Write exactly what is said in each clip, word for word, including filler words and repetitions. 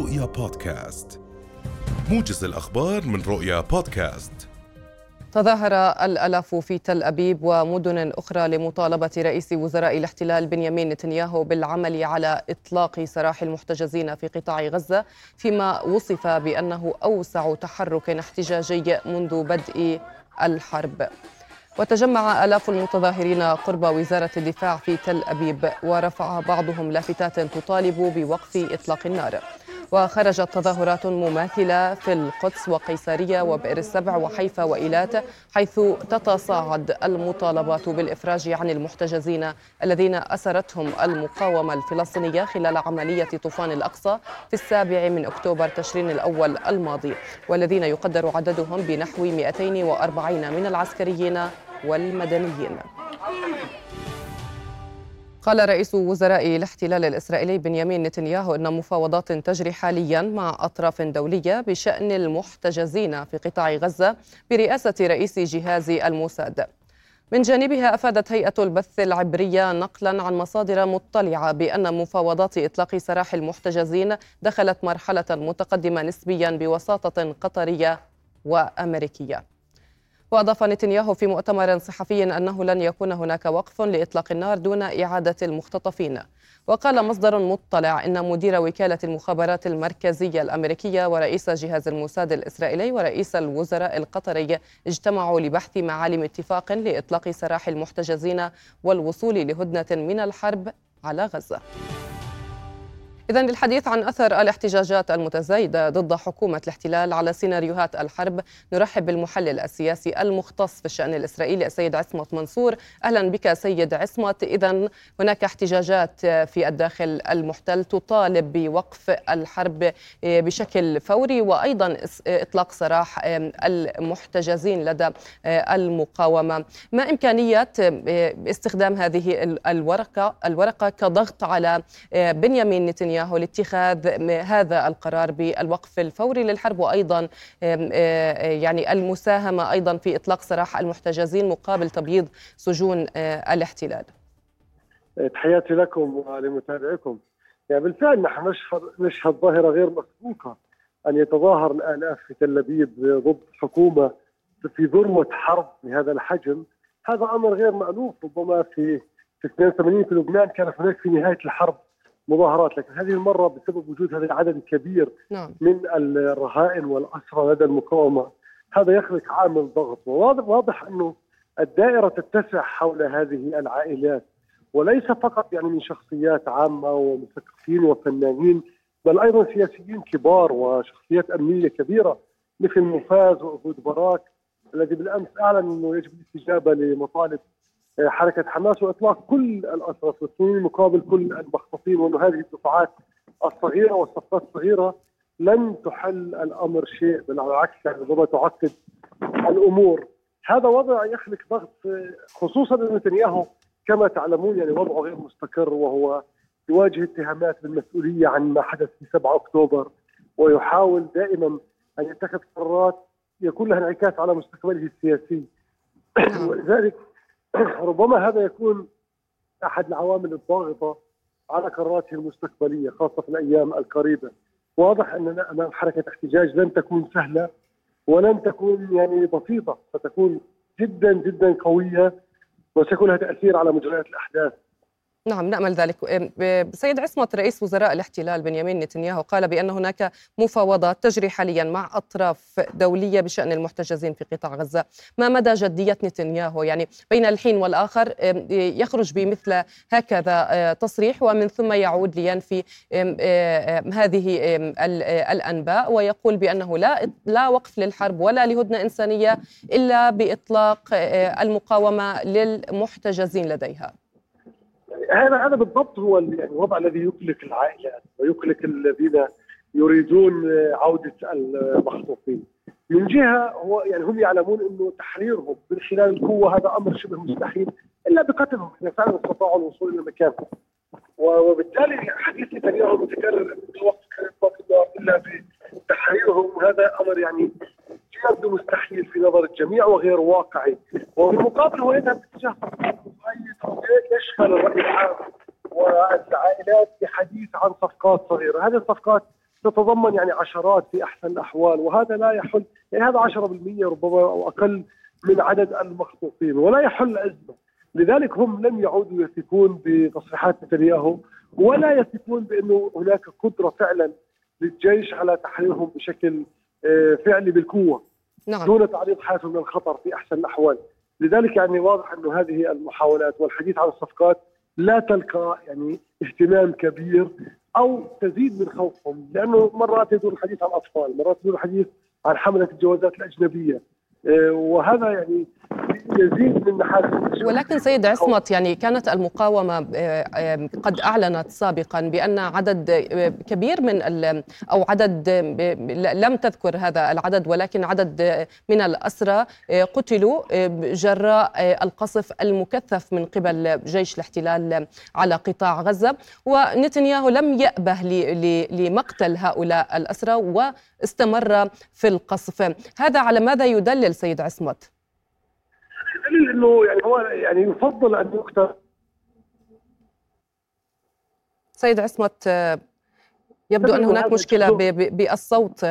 رؤيا بودكاست، موجز الأخبار من رؤيا بودكاست. تظاهر الآلاف في تل أبيب ومدن أخرى لمطالبة رئيس وزراء الاحتلال بنيامين نتنياهو بالعمل على إطلاق سراح المحتجزين في قطاع غزة، فيما وصف بأنه أوسع تحرك احتجاجي منذ بدء الحرب. وتجمع آلاف المتظاهرين قرب وزارة الدفاع في تل أبيب، ورفع بعضهم لافتات تطالب بوقف إطلاق النار. وخرجت تظاهرات مماثلة في القدس وقيصرية وبئر السبع وحيفا وإيلات، حيث تتصاعد المطالبات بالإفراج عن المحتجزين الذين أسرتهم المقاومة الفلسطينية خلال عملية طوفان الأقصى في السابع من أكتوبر تشرين الأول الماضي، والذين يقدر عددهم بنحو مئتين وأربعين من العسكريين والمدنيين. قال رئيس وزراء الاحتلال الإسرائيلي بنيامين نتنياهو إن مفاوضات تجري حاليا مع أطراف دولية بشأن المحتجزين في قطاع غزة برئاسة رئيس جهاز الموساد. من جانبها أفادت هيئة البث العبرية نقلا عن مصادر مطلعة بأن مفاوضات إطلاق سراح المحتجزين دخلت مرحلة متقدمة نسبيا بوساطة قطرية وأمريكية. وأضاف نتنياهو في مؤتمر صحفي أنه لن يكون هناك وقف لإطلاق النار دون إعادة المختطفين. وقال مصدر مطلع إن مدير وكالة المخابرات المركزية الأمريكية ورئيس جهاز الموساد الإسرائيلي ورئيس الوزراء القطري اجتمعوا لبحث معالم اتفاق لإطلاق سراح المحتجزين والوصول لهدنة من الحرب على غزة. إذن للحديث عن أثر الاحتجاجات المتزايدة ضد حكومة الاحتلال على سيناريوهات الحرب، نرحب بالمحلل السياسي المختص في الشأن الإسرائيلي السيد عصمت منصور. أهلا بك سيد عصمت. إذن هناك احتجاجات في الداخل المحتل تطالب بوقف الحرب بشكل فوري، وأيضا إطلاق سراح المحتجزين لدى المقاومة. ما إمكانية استخدام هذه الورقة الورقة كضغط على بنيامين نتنياهو لاتخاذ هذا القرار بالوقف الفوري للحرب، وأيضا يعني المساهمة أيضا في إطلاق سراح المحتجزين مقابل تبييض سجون الاحتلال؟ تحياتي لكم ولمتابعيكم. يعني بالفعل نحن نشهد نشهد ظاهرة غير مسبوقة، أن يتظاهر الآلاف في تل أبيب ضد حكومة في ذروة حرب بهذا الحجم. هذا أمر غير مألوف. ربما في في اثنين وثمانين في لبنان كان هناك في نهاية الحرب مظاهرات، لكن هذه المرة بسبب وجود هذا العدد الكبير نعم. من الرهائن والأسرى لدى المقاومة، هذا يخلق عامل ضغط. وواضح أنه الدائرة تتسع حول هذه العائلات، وليس فقط يعني من شخصيات عامة ومثقفين وفنانين، بل أيضا سياسيين كبار وشخصيات أمنية كبيرة مثل مفاز وأبو باراك الذي بالأمس أعلن أنه يجب الاستجابة لمطالب حركة حماس وإطلاق كل الأسرى الفلسطينيين مقابل كل المختطفين، وأن هذه الدفعات الصغيرة والصفقات الصغيرة لن تحل الأمر شيء، بل على العكس يعني ربما تعقد الأمور. هذا وضع يخلق ضغط، خصوصا أن نتنياهو كما تعلمون يعني وضعه غير مستقر، وهو يواجه اتهامات بالمسؤولية عن ما حدث في سبعة أكتوبر، ويحاول دائما أن يتخذ قرارات يكون لها انعكاس على مستقبله السياسي. ولذلك ربما هذا يكون أحد العوامل الضاغطة على قراراته المستقبلية خاصة في الأيام القريبة. واضح أننا أمام حركة احتجاج لن تكون سهلة ولن تكون يعني بسيطة، ستكون جدا جدا قوية وسيكون لها تأثير على مجريات الأحداث. نعم نأمل ذلك. سيد عصمت، رئيس وزراء الاحتلال بنيامين نتنياهو قال بأن هناك مفاوضات تجري حاليا مع أطراف دولية بشأن المحتجزين في قطاع غزة. ما مدى جدية نتنياهو يعني بين الحين والآخر يخرج بمثل هكذا تصريح ومن ثم يعود لينفي هذه الأنباء ويقول بأنه لا لا وقف للحرب ولا لهدنة إنسانية إلا بإطلاق المقاومة للمحتجزين لديها؟ هذا هذا بالضبط هو الوضع الذي يقلق العائلات ويقلق الذين يريدون عودة المخطوفين. من جهة هو يعني هم يعلمون انه تحريرهم من خلال القوة هذا امر شبه مستحيل الا بقتلهم اذا فعلا استطاعوا الوصول الى مكانهم. وبالتالي حديث نتنياهو المتكرر وقت اطلاق النار الا بتحريرهم، هذا امر يعني يبدو مستحيل في نظر الجميع وغير واقعي. وبالمقابل هو يذهب باتجاه يشغل الرأي العام والعائلات بحديث عن صفقات صغيرة. هذه الصفقات تتضمن يعني عشرات في احسن الاحوال، وهذا لا يحل، يعني هذا عشرة بالمئة ربما او اقل من عدد المخطوطين، ولا يحل ازمه. لذلك هم لم يعودوا يثقون بتصريحات نتنياهو، ولا يثقون بانه هناك قدره فعلا للجيش على تحريرهم بشكل فعلي بالقوه. نعم. دون تعريض حياتهم للخطر في احسن الاحوال. لذلك يعني واضح انه هذه المحاولات والحديث عن الصفقات لا تلقى يعني اهتمام كبير او تزيد من خوفهم، لانه مرات يدور الحديث عن الاطفال، مرات يدور الحديث عن حمله الجوازات الاجنبيه، وهذا يعني يزيد من محاسن. ولكن سيد عصمت، يعني كانت المقاومة قد أعلنت سابقا بأن عدد كبير من أو عدد، لم تذكر هذا العدد، ولكن عدد من الأسرى قتلوا جراء القصف المكثف من قبل جيش الاحتلال على قطاع غزة، ونتنياهو لم يأبه لمقتل هؤلاء الأسرى واستمر في القصف. هذا على ماذا يدلل سيد عصمت؟ دليل انه يعني هو يعني يفضل ان يقتل. سيد عصمت، يبدو ان هناك مشكله بالصوت،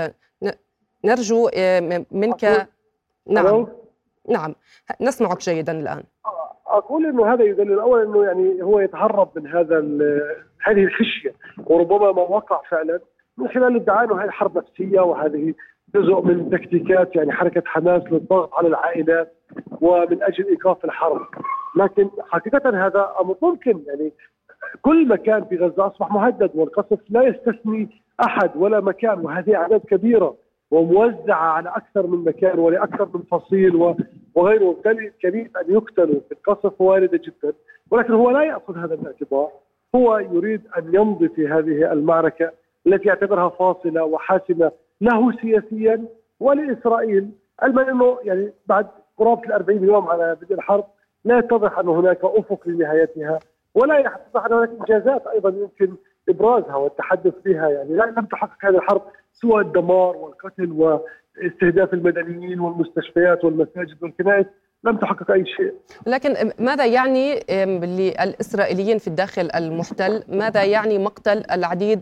نرجو منك. نعم نعم نسمعك جيدا الان. اقول انه هذا يدلل اولا انه يعني هو يتهرب من هذا هذه الخشيه، وربما ما وقع فعلا من خلال الادعاء انه هذه حرب نفسيه، وهذه جزء من تكتيكات يعني حركه حماس للضغط على العائلات ومن اجل ايقاف الحرب. لكن حقيقه هذا امر ممكن، يعني كل مكان في غزه اصبح مهدد، والقصف لا يستثني احد ولا مكان، وهذه اعداد كبيره وموزعه على اكثر من مكان ولاكثر من فصيل وغيره، وبالتالي كريم ان يقتلوا في القصف وارده جدا، ولكن هو لا ياخذ هذا الاعتبار، هو يريد ان يمضي في هذه المعركه التي يعتبرها فاصله وحاسمه له سياسيا ولاسرائيل، علما انه يعني بعد قرابه الأربعين يوم على بدء الحرب لا يتضح ان هناك افق لنهايتها، ولا يتضح ان هناك انجازات ايضا يمكن ابرازها والتحدث بها. يعني لا لم تحقق هذه الحرب سوى الدمار والقتل واستهداف المدنيين والمستشفيات والمساجد والكنائس، لم تحقق أي شيء. لكن ماذا يعني للإسرائيليين في الداخل المحتل؟ ماذا يعني مقتل العديد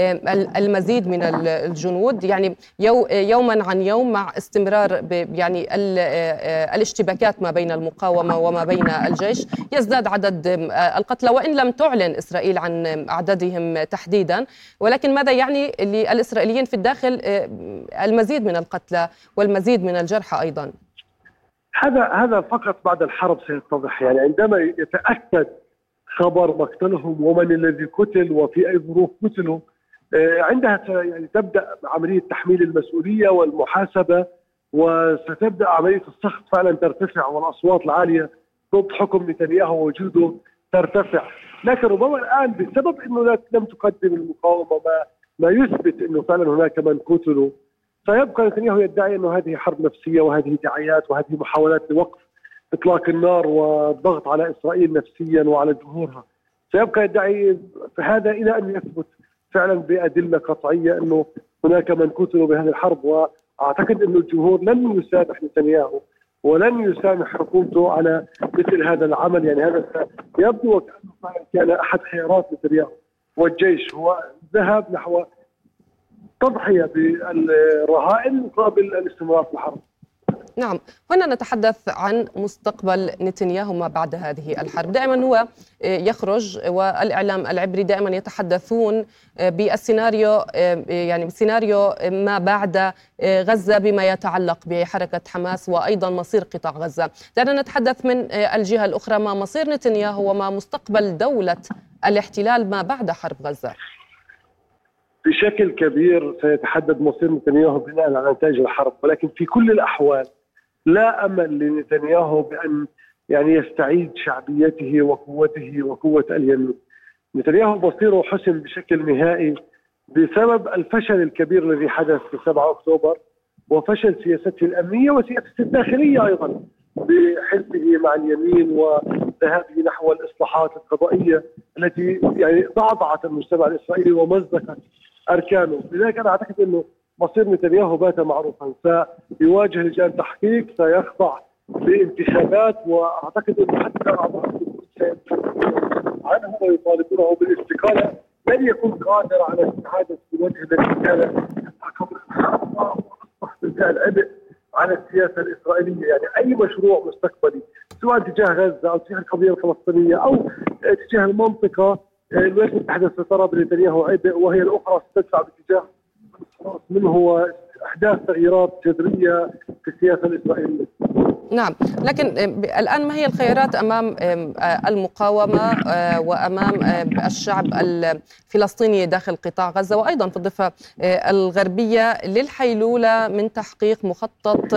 المزيد من الجنود؟ يعني يوما عن يوم مع استمرار يعني الاشتباكات ما بين المقاومة وما بين الجيش يزداد عدد القتلى، وإن لم تعلن إسرائيل عن عددهم تحديدا، ولكن ماذا يعني للإسرائيليين في الداخل المزيد من القتلى والمزيد من الجرحى أيضا؟ هذا هذا فقط بعد الحرب سيتضح، يعني عندما يتأكد خبر مقتلهم ومن الذي قتل وفي أي ظروف قتلوا، عندها يعني تبدأ عملية تحميل المسؤولية والمحاسبة، وستبدأ عملية السخط فعلا ترتفع، والأصوات العالية ضد حكم نتنياهو ووجوده ترتفع. لكن ربما الآن بسبب أنه لم تقدم المقاومة ما, ما يثبت أنه فعلا هناك من قتلوا، فيبقى نتنياهو يدعي انه هذه حرب نفسيه وهذه دعايات وهذه محاولات لوقف اطلاق النار والضغط على اسرائيل نفسيا وعلى جمهورها. سيبقى يدعي هذا الى ان يثبت فعلا بادله قطعيه انه هناك من قتلوا بهذه الحرب، واعتقد انه الجمهور لن يسامح نتنياهو ولن يسامح حكومته على مثل هذا العمل. يعني هذا يبدو وكانه فعلا كان احد خيارات نتنياهو والجيش هو الذهاب نحو تضحية بالرهائن مقابل الاستمرار في الحرب. نعم، هنا نتحدث عن مستقبل نتنياهو ما بعد هذه الحرب. دائما هو يخرج والإعلام العبري دائما يتحدثون بالسيناريو، يعني بسيناريو ما بعد غزة بما يتعلق بحركة حماس وأيضا مصير قطاع غزة. دعنا نتحدث من الجهة الأخرى ما مصير نتنياهو وما مستقبل دولة الاحتلال ما بعد حرب غزة. بشكل كبير سيتحدد مصير نتنياهو بناء على نتائج الحرب، ولكن في كل الأحوال لا أمل لنتنياهو بأن يعني يستعيد شعبيته وقوته وقوة اليمين. نتنياهو مصيره حسم بشكل نهائي بسبب الفشل الكبير الذي حدث في سبعة أكتوبر وفشل سياسته الأمنية وسياسته الداخلية أيضا بحلفه مع اليمين وذهابه نحو الإصلاحات القضائية التي يعني ضعضعت المجتمع الإسرائيلي ومزقت أركانه. لذلك أنا أعتقد أنه مصير نتنياهو بات معروفا، سيواجه لجان تحقيق، سيخضع لانتخابات، وأعتقد أنه حتى أعضاء عنه ويطالبونه بالاستقالة لن يكون قادر على الاستعادة في الوجه الذي كان قبل الحرب، وأصبح بالفعل عبء على السياسة الإسرائيلية. يعني أي مشروع مستقبلي سواء تجاه غزة أو تجاه القضية الفلسطينية أو تجاه المنطقة، الولايات المتحدة سترى بنتنياهو عبء، وهي الأخرى ستدفع باتجاه منه هو إحداث تغييرات جذرية في السياسة الإسرائيلية. نعم، لكن الآن ما هي الخيارات أمام المقاومة وأمام الشعب الفلسطيني داخل قطاع غزة وأيضا في الضفة الغربية للحيلولة من تحقيق مخطط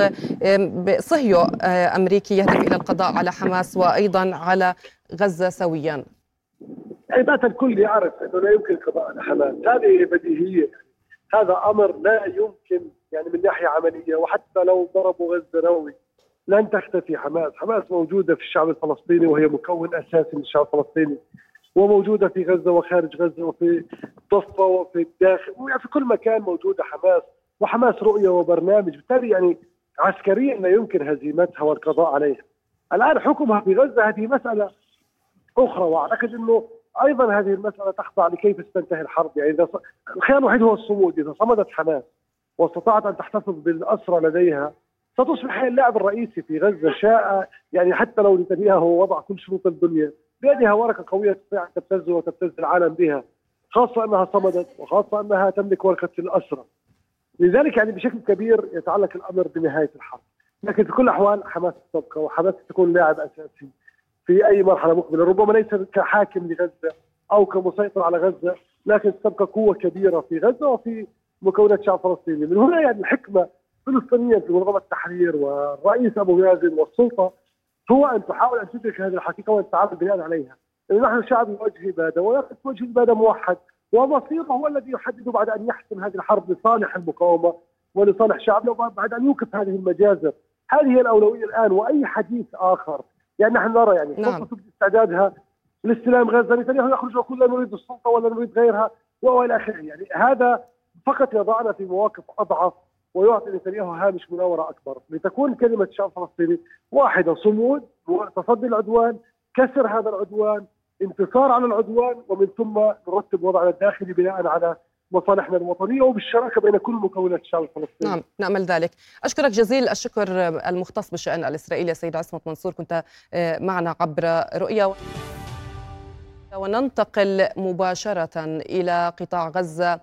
صهيو أمريكي يهدف إلى القضاء على حماس وأيضا على غزة سويا؟ عادة الكل يعرف أنه لا يمكن القضاء على حماس، هذه بديهية، هذا أمر لا يمكن يعني من ناحية عملية. وحتى لو ضربوا غزة نووي لن تختفي حماس. حماس موجودة في الشعب الفلسطيني وهي مكون أساسي من الشعب الفلسطيني، وموجودة في غزة وخارج غزة وفي الضفة وفي الداخل، يعني في كل مكان موجودة حماس، وحماس رؤية وبرنامج، بالتالي يعني عسكريا لا يمكن هزيمتها والقضاء عليها. الآن حكمها في غزة هذه مسألة أخرى، وأعتقد أنه أيضا هذه المسألة تخضع لكيف ستنتهي الحرب. يعني إذا الخيار الوحيد هو الصمود. إذا صمدت حماس واستطاعت أن تحتفظ بالأسرى لديها ستصبح هي اللاعب الرئيسي في غزة. شاء يعني حتى لو نتنياهو وضع كل شروط الدنيا، بيدها ورقة قوية تستطيع أن تبتز وتبتز العالم بها، خاصة أنها صمدت وخاصة أنها تملك ورقة الأسرى. لذلك يعني بشكل كبير يتعلق الأمر بنهاية الحرب. لكن في كل الأحوال حماس تبقى، وحماس تكون لاعب أساسي في أي مرحلة مقبلة، ربما ليس كحاكم لغزة أو كمسيطر على غزة، لكن تبقى قوة كبيرة في غزة وفي مكونات الشعب الفلسطيني. من هنا يعني الحكمة فلسطينيا في منظمة التحرير والرئيس أبو مازن والسلطة هو أن تحاول أن تدرك هذه الحقيقة وأن تتعامل بناء عليها. لأن نحن شعب يواجه إبادة ويقف وجه الإبادة موحد، ومصيره هو الذي يحدد بعد أن يحسم هذه الحرب لصالح المقاومة ولصالح شعبنا، وبعد أن يوقف هذه المجازر. هذه هي الأولوية الآن، وأي حديث آخر يعني نحن نرى يعني نعم. تبدي استعدادها لاستلام غزة، نتنياهو يخرج ويقول لا نريد السلطة ولا نريد غيرها وإلى آخره. يعني هذا فقط يضعنا في مواقف أضعف ويعطي نتنياهو هامش مناورة أكبر لتكون كلمة الشعب الفلسطيني واحدة: صمود، تصدي العدوان، كسر هذا العدوان، انتصار على العدوان، ومن ثم نرتب وضعنا الداخلي بناء على مصالحنا الوطنية وبالشراكة بين كل مكونات الشعب الفلسطيني. نعم، نأمل ذلك. أشكرك جزيل الشكر المختص بالشأن الإسرائيلي سيد عصمت منصور، كنت معنا عبر رؤيا. وننتقل مباشرة إلى قطاع غزة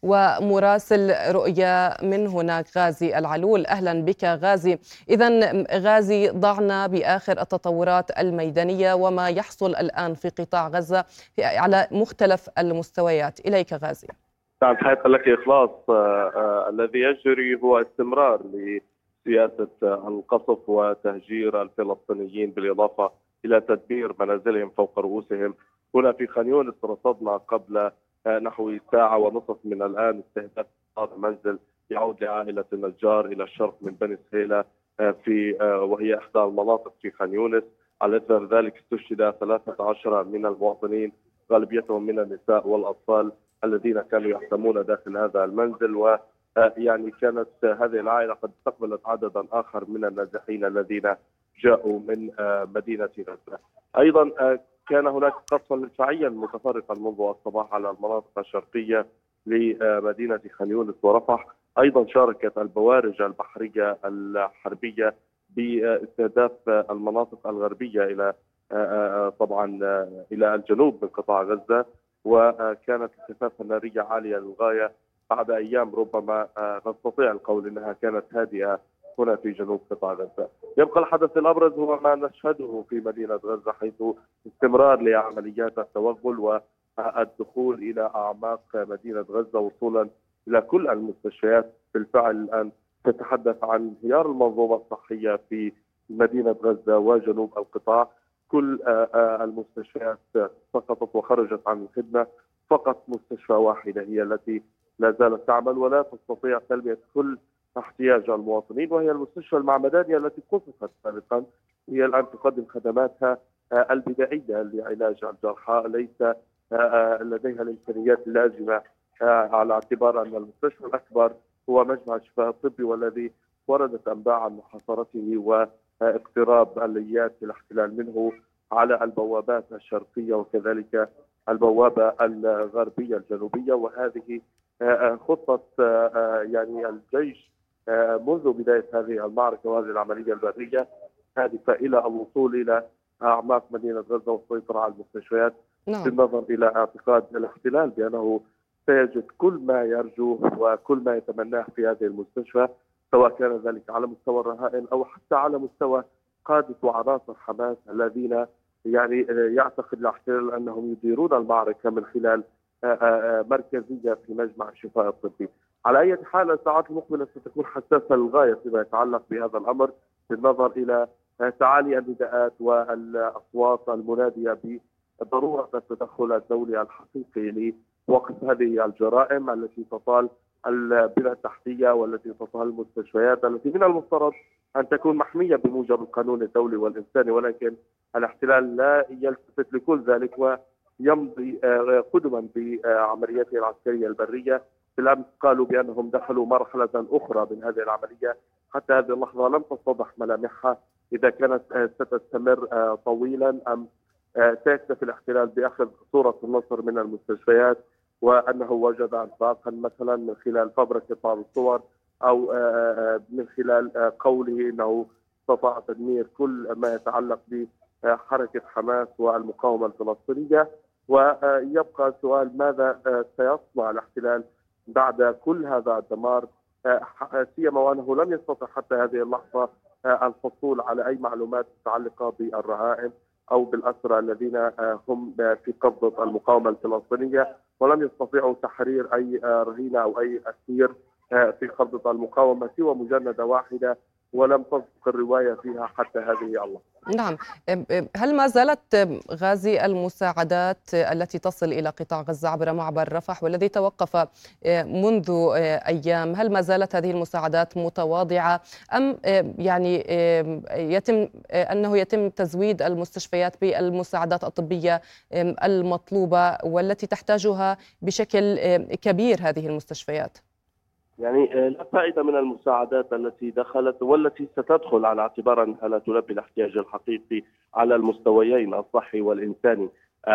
ومراسل رؤيا من هناك غازي العلول. أهلا بك غازي. إذن غازي، ضعنا بآخر التطورات الميدانية وما يحصل الآن في قطاع غزة على مختلف المستويات. إليك غازي. نعم، تحية لك إخلاص. آه الذي يجري هو استمرار لسياسة القصف وتهجير الفلسطينيين بالإضافة إلى تدمير منازلهم فوق رؤوسهم. هنا في خان يونس رصدنا قبل نحو ساعة ونصف من الآن استهداف منزل يعود لعائلة النجار إلى الشرق من بني سهيلة في وهي إحدى المناطق في خان يونس. على إثر ذلك استشهد ثلاثة عشر من المواطنين غالبيتهم من النساء والأطفال الذين كانوا يحتمون داخل هذا المنزل. ويعني كانت هذه العائلة قد استقبلت عددا آخر من النازحين الذين جاءوا من مدينة غزة. أيضا كان هناك قصفا مدفعيا متفرقا منذ الصباح على المناطق الشرقية لمدينة خان يونس ورفح. أيضا شاركت البوارج البحرية الحربية باستهداف المناطق الغربية إلى طبعا إلى الجنوب من قطاع غزة، وكانت الكثافة النارية عالية للغاية بعد أيام ربما نستطيع القول أنها كانت هادئة هنا في جنوب قطاع غزة. يبقى الحدث الأبرز هو ما نشهده في مدينة غزة، حيث استمرار لعمليات التوغل والدخول إلى أعماق مدينة غزة وصولا إلى كل المستشفيات. بالفعل الآن تتحدث عن انهيار المنظومة الصحية في مدينة غزة وجنوب القطاع. كل المستشفيات سقطت وخرجت عن الخدمة، فقط مستشفى واحدة هي التي لا زالت تعمل ولا تستطيع تلبية كل احتياج المواطنين، وهي المستشفى المعمدانية التي قصفت سابقا. هي الآن تقدم خدماتها البدائية لعلاج الجرحى، ليس لديها الإمكانيات اللازمة على اعتبار أن المستشفى الأكبر هو مجمع الشفاء الطبي، والذي وردت أنباء عن محاصرته واقتراب آليات الاحتلال منه على البوابات الشرقية وكذلك البوابة الغربية الجنوبية. وهذه خطة يعني الجيش منذ بداية هذه المعركة وهذه العملية البرية، هادفة إلى الوصول إلى أعماق مدينة غزة والسيطرة على المستشفيات. نعم. بالنظر إلى اعتقاد الاحتلال بأنه سيجد كل ما يرجوه وكل ما يتمناه في هذه المستشفى، سواء كان ذلك على مستوى الرهائن أو حتى على مستوى قادة وعناصر حماس الذين يعني يعتقد الاحتلال أنهم يديرون المعركة من خلال مركزية في مجمع الشفاء الطبي. على أي حال الساعات المقبلة ستكون حساسة للغاية فيما يتعلق بهذا الأمر، بالنظر إلى تعالي النداءات والأصوات المنادية بضرورة التدخل الدولي الحقيقي لوقف هذه الجرائم التي تطال البنى التحتية والتي تطال المستشفيات التي من المفترض أن تكون محمية بموجب القانون الدولي والإنساني، ولكن الاحتلال لا يلتفت لكل ذلك ويمضي قدما بعملياته العسكرية البرية. بالأمس قالوا بأنهم دخلوا مرحلة أخرى من هذه العملية، حتى هذه اللحظة لم تتضح ملامحها إذا كانت ستستمر طويلا أم سيكتفي الاحتلال بأخذ صورة النصر من المستشفيات، وأنه وجد أنفاقا مثلا من خلال فبركة بعض الصور أو من خلال قوله أنه استطاع تدمير كل ما يتعلق بحركة حماس والمقاومة الفلسطينية. ويبقى سؤال ماذا سيصنع الاحتلال بعد كل هذا الدمار، سيما وأنه لم يستطع حتى هذه اللحظة الحصول على أي معلومات متعلقة بالرهائن أو بالأسرى الذين هم في قبضة المقاومة الفلسطينية، ولم يستطيعوا تحرير أي رهينة أو أي أسير في قبضة المقاومة سوى مجندة واحدة، ولم تصدق الرواية فيها حتى هذه الله. نعم. هل ما زالت غازي المساعدات التي تصل إلى قطاع غزة عبر معبر رفح والذي توقف منذ أيام، هل ما زالت هذه المساعدات متواضعة أم يعني يتم أنه يتم تزويد المستشفيات بالمساعدات الطبية المطلوبة والتي تحتاجها بشكل كبير هذه المستشفيات؟ يعني لا فائدة من المساعدات التي دخلت والتي ستدخل على اعتبار أنها لا تلبي الاحتياج الحقيقي على المستويين الصحي والإنساني.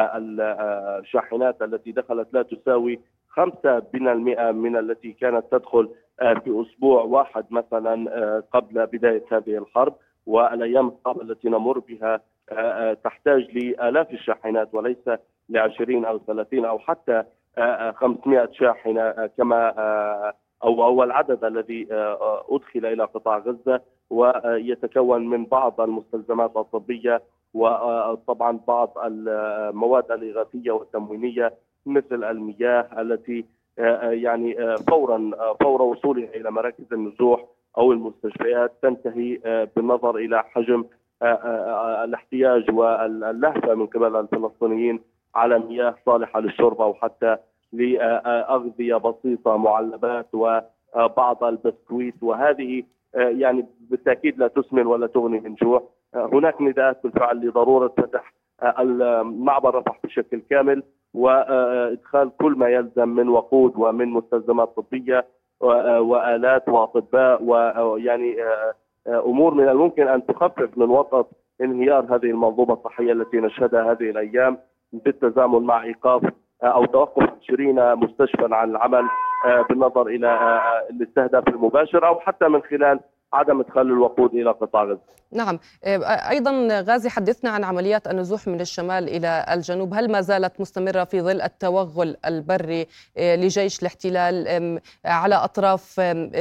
الشاحنات التي دخلت لا تساوي خمسة بالمئة من التي كانت تدخل في أسبوع واحد مثلا قبل بداية هذه الحرب، والأيام الصعبة التي نمر بها تحتاج لآلاف الشاحنات وليس لعشرين أو ثلاثين أو حتى خمسمائة شاحنة كما أو أو العدد الذي أدخل إلى قطاع غزة، ويتكون من بعض المستلزمات الطبية وطبعا بعض المواد الإغاثية والتموينية مثل المياه التي يعني فورا فور وصولها إلى مراكز النزوح أو المستشفيات تنتهي بالنظر إلى حجم الاحتياج واللهفة من قبل الفلسطينيين على مياه صالحة للشرب أو حتى لأغذية بسيطة، معلبات وبعض البسكويت، وهذه يعني بالتأكيد لا تسمن ولا تغني من جوع. هناك نداءات بالفعل لضرورة فتح المعبر رفح بشكل كامل وإدخال كل ما يلزم من وقود ومن مستلزمات طبية وآلات وأطباء، ويعني أمور من الممكن أن تخفف من وطأة انهيار هذه المنظومة الصحية التي نشهدها هذه الأيام بالتزامن مع إيقاف أو توقف عشرين مستشفى عن العمل بالنظر إلى الاستهداف المباشر أو حتى من خلال عدم إدخال الوقود إلى قطاع غزة. نعم. أيضا غازي، حدثنا عن عمليات النزوح من الشمال إلى الجنوب، هل ما زالت مستمرة في ظل التوغل البري لجيش الاحتلال على أطراف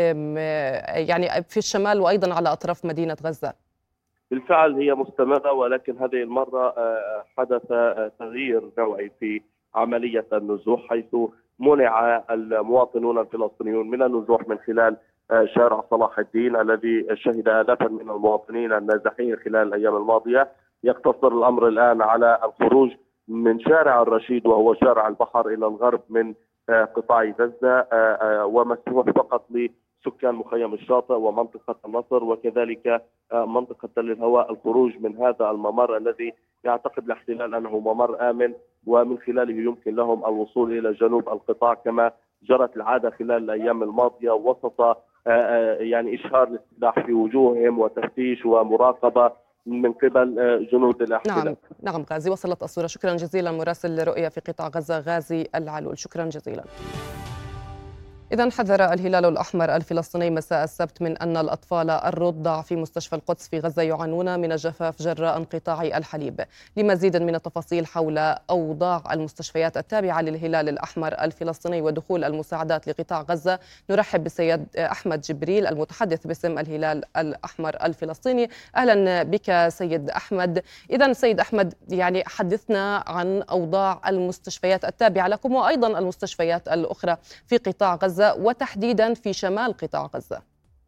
يعني في الشمال وأيضا على أطراف مدينة غزة؟ بالفعل هي مستمرة، ولكن هذه المرة حدث تغيير نوعي في عملية النزوح، حيث منع المواطنون الفلسطينيون من النزوح من خلال شارع صلاح الدين الذي شهد آلافا من المواطنين النازحين خلال الأيام الماضية. يقتصر الأمر الآن على الخروج من شارع الرشيد وهو شارع البحر إلى الغرب من قطاع غزة، ومسموح فقط لسكان مخيم الشاطئ ومنطقة النصر وكذلك منطقة تل الهواء الخروج من هذا الممر الذي يعتقد الاحتلال أنه ممر آمن ومن خلاله يمكن لهم الوصول إلى جنوب القطاع كما جرت العادة خلال الأيام الماضية، وسط يعني إشهار للسلاح في وجوههم وتفتيش ومراقبة من قبل جنود الاحتلال. نعم نعم غازي، وصلت الصورة. شكرا جزيلا مراسل رؤيا في قطاع غزة غازي العلول، شكرا جزيلا. إذن حذر الهلال الأحمر الفلسطيني مساء السبت من أن الأطفال الرضع في مستشفى القدس في غزة يعانون من الجفاف جراء انقطاع الحليب. لمزيد من التفاصيل حول أوضاع المستشفيات التابعة للهلال الأحمر الفلسطيني ودخول المساعدات لقطاع غزة نرحب بالسيد أحمد جبريل المتحدث باسم الهلال الأحمر الفلسطيني. أهلا بك سيد أحمد. إذن سيد أحمد، يعني حدثنا عن أوضاع المستشفيات التابعة لكم وأيضا المستشفيات الأخرى في قطاع غزة وتحديدا في شمال قطاع غزة.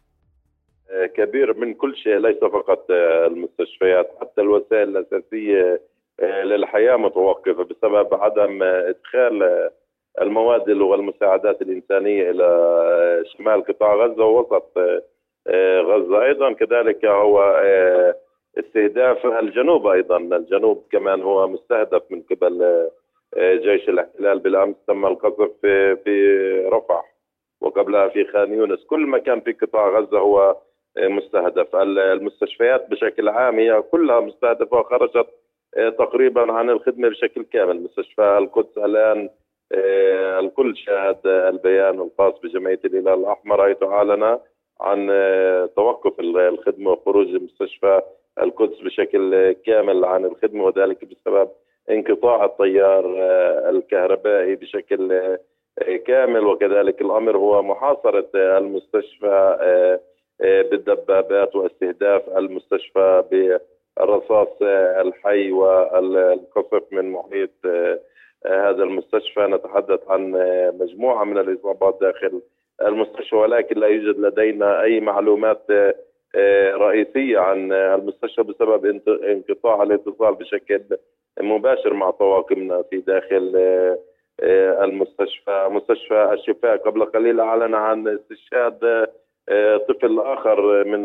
كبير من كل شيء، ليس فقط المستشفيات، حتى الوسائل الأساسية للحياة متوقفة بسبب عدم إدخال المواد والمساعدات الإنسانية إلى شمال قطاع غزة ووسط غزة. أيضا كذلك هو استهداف الجنوب، أيضا الجنوب كمان هو مستهدف من قبل جيش الاحتلال. بالأمس تم القصف في في رفح وقبلها في خان يونس. كل مكان في قطاع غزة هو مستهدف. المستشفيات بشكل عام هي كلها مستهدفة وخرجت تقريبا عن الخدمة بشكل كامل. مستشفى القدس الآن الكل شاهد البيان الخاص بجمعية الهلال الأحمر حيث أعلن عن توقف الخدمة وخروج مستشفى القدس بشكل كامل عن الخدمة، وذلك بسبب انقطاع التيار الكهربائي بشكل كامل. وكذلك الأمر هو محاصرة المستشفى بالدبابات واستهداف المستشفى بالرصاص الحي والقصف من محيط هذا المستشفى. نتحدث عن مجموعة من الإصابات داخل المستشفى، ولكن لا يوجد لدينا أي معلومات رئيسية عن المستشفى بسبب انقطاع الاتصال بشكل مباشر مع طواقمنا في داخل المستشفى. مستشفى الشفاء قبل قليل أعلن عن استشهاد طفل آخر من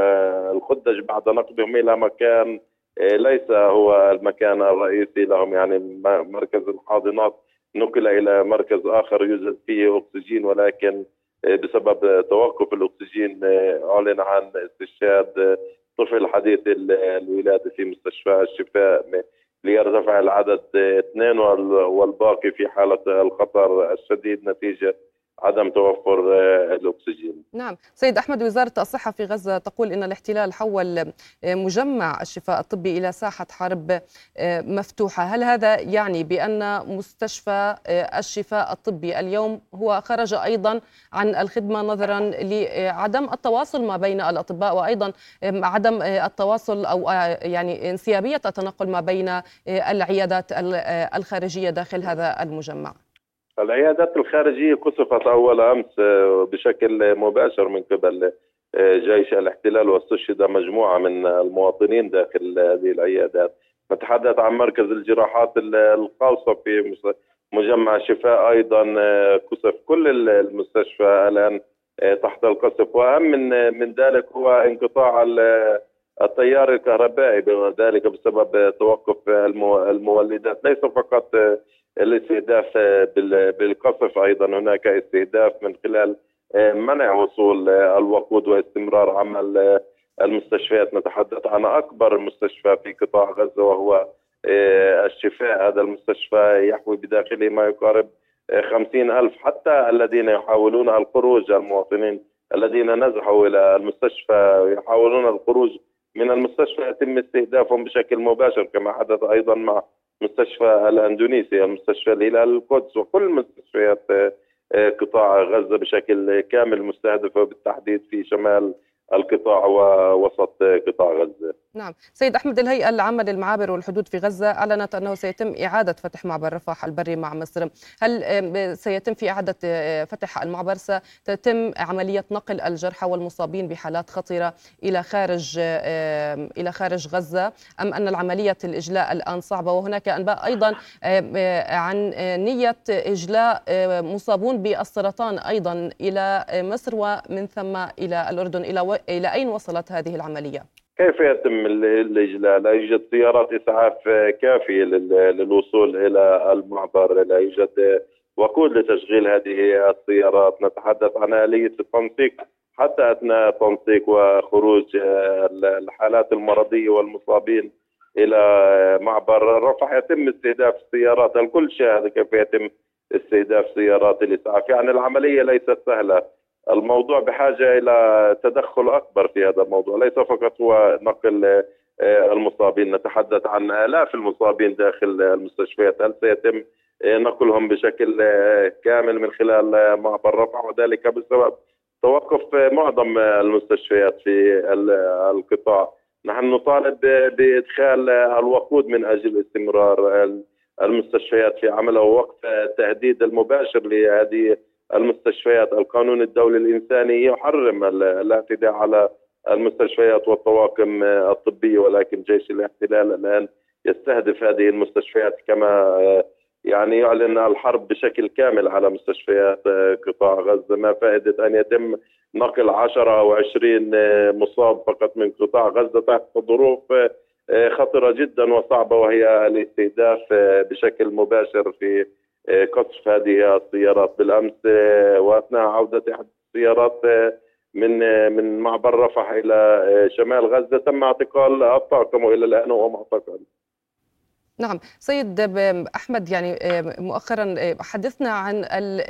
الخدج بعد نقلهم إلى مكان ليس هو المكان الرئيسي لهم، يعني مركز الحاضنات نقل إلى مركز آخر يوجد فيه أكسجين، ولكن بسبب توقف الأكسجين أعلن عن استشهاد طفل حديث الولادة في مستشفى الشفاء ليرتفع العدد اثنين والباقي في حالة الخطر الشديد نتيجة عدم توفر الأكسجين. نعم سيد أحمد، وزارة الصحة في غزة تقول إن الاحتلال حول مجمع الشفاء الطبي إلى ساحة حرب مفتوحة. هل هذا يعني بأن مستشفى الشفاء الطبي اليوم هو خرج أيضا عن الخدمة نظرا لعدم التواصل ما بين الأطباء وأيضا عدم التواصل أو يعني انسيابية التنقل ما بين العيادات الخارجية داخل هذا المجمع؟ العيادات الخارجية كشفت أول أمس بشكل مباشر من قبل جيش الاحتلال، واستشهد مجموعة من المواطنين داخل هذه العيادات. نتحدث عن مركز الجراحات الخاصة في مجمع الشفاء، أيضا كشف كل المستشفى الآن تحت القصف. وأهم من من ذلك هو انقطاع التيار الكهربائي، ذلك بسبب توقف المولدات. ليس فقط الاستهداف بالقصف، أيضا هناك استهداف من خلال منع وصول الوقود واستمرار عمل المستشفيات. نتحدث عن أكبر مستشفى في قطاع غزة وهو الشفاء. هذا المستشفى يحوي بداخله ما يقارب خمسين ألف. حتى الذين يحاولون الخروج، المواطنين الذين نزحوا إلى المستشفى يحاولون الخروج من المستشفى يتم استهدافهم بشكل مباشر، كما حدث أيضا مع مستشفى الأندونيسي، مستشفى الهلال القدس، وكل مستشفيات قطاع غزة بشكل كامل مستهدفة، بالتحديد في شمال القطاع ووسط قطاع غزة. نعم سيد أحمد، الهيئة العامة للمعابر والحدود في غزة أعلنت أنه سيتم إعادة فتح معبر رفح البري مع مصر. هل سيتم في إعادة فتح المعبر ستتم عملية نقل الجرحى والمصابين بحالات خطرة إلى خارج إلى خارج غزة، أم أن العملية الإجلاء الآن صعبة؟ وهناك أنباء أيضا عن نية إجلاء مصابون بالسرطان أيضا إلى مصر ومن ثم إلى الأردن. إلى إلى أين وصلت هذه العملية؟ كيف يتم الإجلاء؟ لا يوجد سيارات إسعاف كافية للوصول إلى المعبر، لا يوجد وقود لتشغيل هذه السيارات. نتحدث عن آلية التنسيق حتى أثناء تنسيق وخروج الحالات المرضية والمصابين إلى معبر رفح يتم استهداف السيارات. الكل شاهد كيف يتم استهداف سيارات الإسعاف. يعني العملية ليست سهلة، الموضوع بحاجة إلى تدخل أكبر في هذا الموضوع، ليس فقط هو نقل المصابين، نتحدث عن آلاف المصابين داخل المستشفيات. هل سيتم نقلهم بشكل كامل من خلال معبر رفح، وذلك بسبب توقف معظم المستشفيات في القطاع. نحن نطالب بإدخال الوقود من أجل استمرار المستشفيات في عملها ووقف التهديد المباشر لهذه المستشفيات. القانون الدولي الإنساني يحرم الاعتداء على المستشفيات والطواقم الطبية، ولكن جيش الاحتلال الآن يستهدف هذه المستشفيات كما يعني يعلن الحرب بشكل كامل على مستشفيات قطاع غزة. ما فائدة أن يتم نقل عشرة أو عشرين مصاب فقط من قطاع غزة تحت ظروف خطرة جدا وصعبة، وهي الاستهداف بشكل مباشر في قصف هذه السيارات. بالأمس وأثناء عودة أحد السيارات من من معبر رفح إلى شمال غزة تم اعتقال الطاقم، وإلى الآن هو معتقل. نعم سيد أحمد، يعني مؤخرا حدثنا عن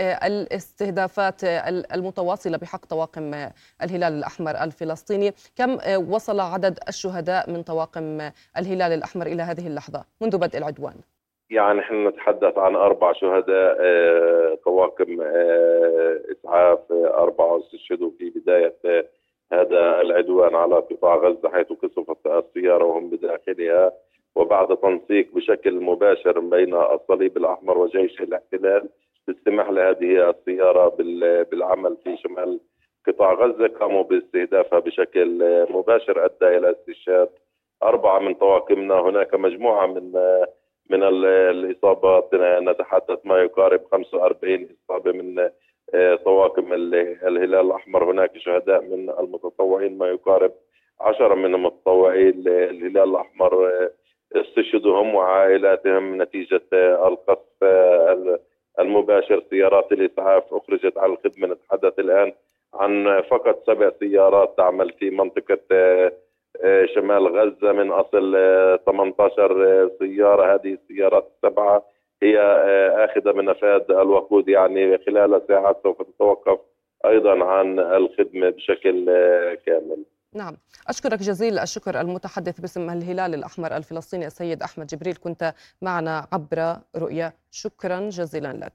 الاستهدافات المتواصلة بحق طواقم الهلال الأحمر الفلسطيني. كم وصل عدد الشهداء من طواقم الهلال الأحمر إلى هذه اللحظة منذ بدء العدوان؟ يعني نحن نتحدث عن أربع شهداء طواقم إسعاف، أربعة استشهدوا في بداية هذا العدوان على قطاع غزة حيث قصفت السيارة وهم بداخلها، وبعد تنسيق بشكل مباشر بين الصليب الأحمر وجيش الاحتلال بالسماح لهذه السيارة بالعمل في شمال قطاع غزة قاموا باستهدافها بشكل مباشر أدى إلى استشهاد أربعة من طواقمنا. هناك مجموعة من من الإصابات، نتحدث ما يقارب خمسة وأربعين إصابة من طواقم الهلال الأحمر. هناك شهداء من المتطوعين، ما يقارب عشرة من متطوعي الهلال الأحمر استشهدوا هم وعائلاتهم نتيجة القصف المباشر. سيارات الإسعاف أخرجت على الخدمة. نتحدث الآن عن فقط سبع سيارات تعمل في منطقة شمال غزة من أصل ثمانية عشر سيارة. هذه السيارات السبعة هي آخذة من أفاد الوقود، يعني خلال ساعات سوف تتوقف أيضا عن الخدمة بشكل كامل. نعم، أشكرك جزيل الشكر المتحدث باسم الهلال الأحمر الفلسطيني السيد أحمد جبريل، كنت معنا عبر رؤيا. شكرا جزيلا لك.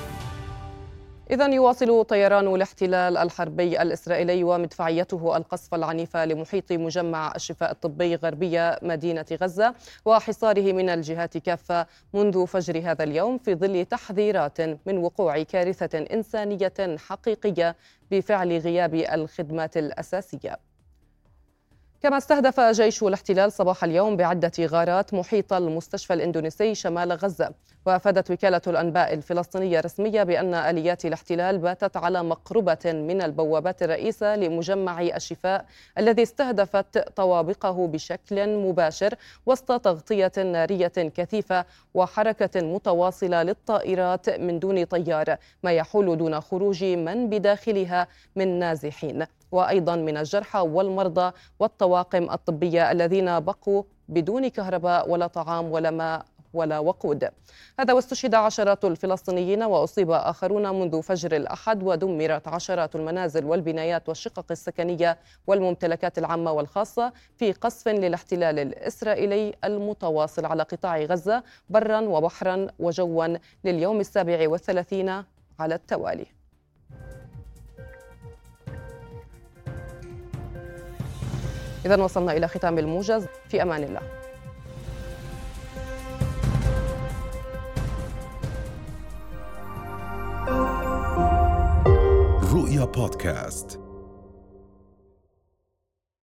إذن يواصل طيران الاحتلال الحربي الإسرائيلي ومدفعيته القصف العنيف لمحيط مجمع الشفاء الطبي غربية مدينة غزة وحصاره من الجهات كافة منذ فجر هذا اليوم، في ظل تحذيرات من وقوع كارثة إنسانية حقيقية بفعل غياب الخدمات الأساسية. كما استهدف جيش الاحتلال صباح اليوم بعدة غارات محيط المستشفى الإندونيسي شمال غزة. وأفادت وكالة الأنباء الفلسطينية الرسمية بأن آليات الاحتلال باتت على مقربة من البوابات الرئيسة لمجمع الشفاء الذي استهدفت طوابقه بشكل مباشر وسط تغطية نارية كثيفة وحركة متواصلة للطائرات من دون طيار، ما يحول دون خروج من بداخلها من نازحين، وأيضا من الجرحى والمرضى والطواقم الطبية الذين بقوا بدون كهرباء ولا طعام ولا ماء ولا وقود. هذا واستشهد عشرات الفلسطينيين وأصيب آخرون منذ فجر الأحد، ودمرت عشرات المنازل والبنايات والشقق السكنية والممتلكات العامة والخاصة في قصف للاحتلال الإسرائيلي المتواصل على قطاع غزة برا وبحرا وجوا لليوم السابع والثلاثين على التوالي. إذن وصلنا إلى ختام الموجز، في أمان الله. رؤيا بودكاست.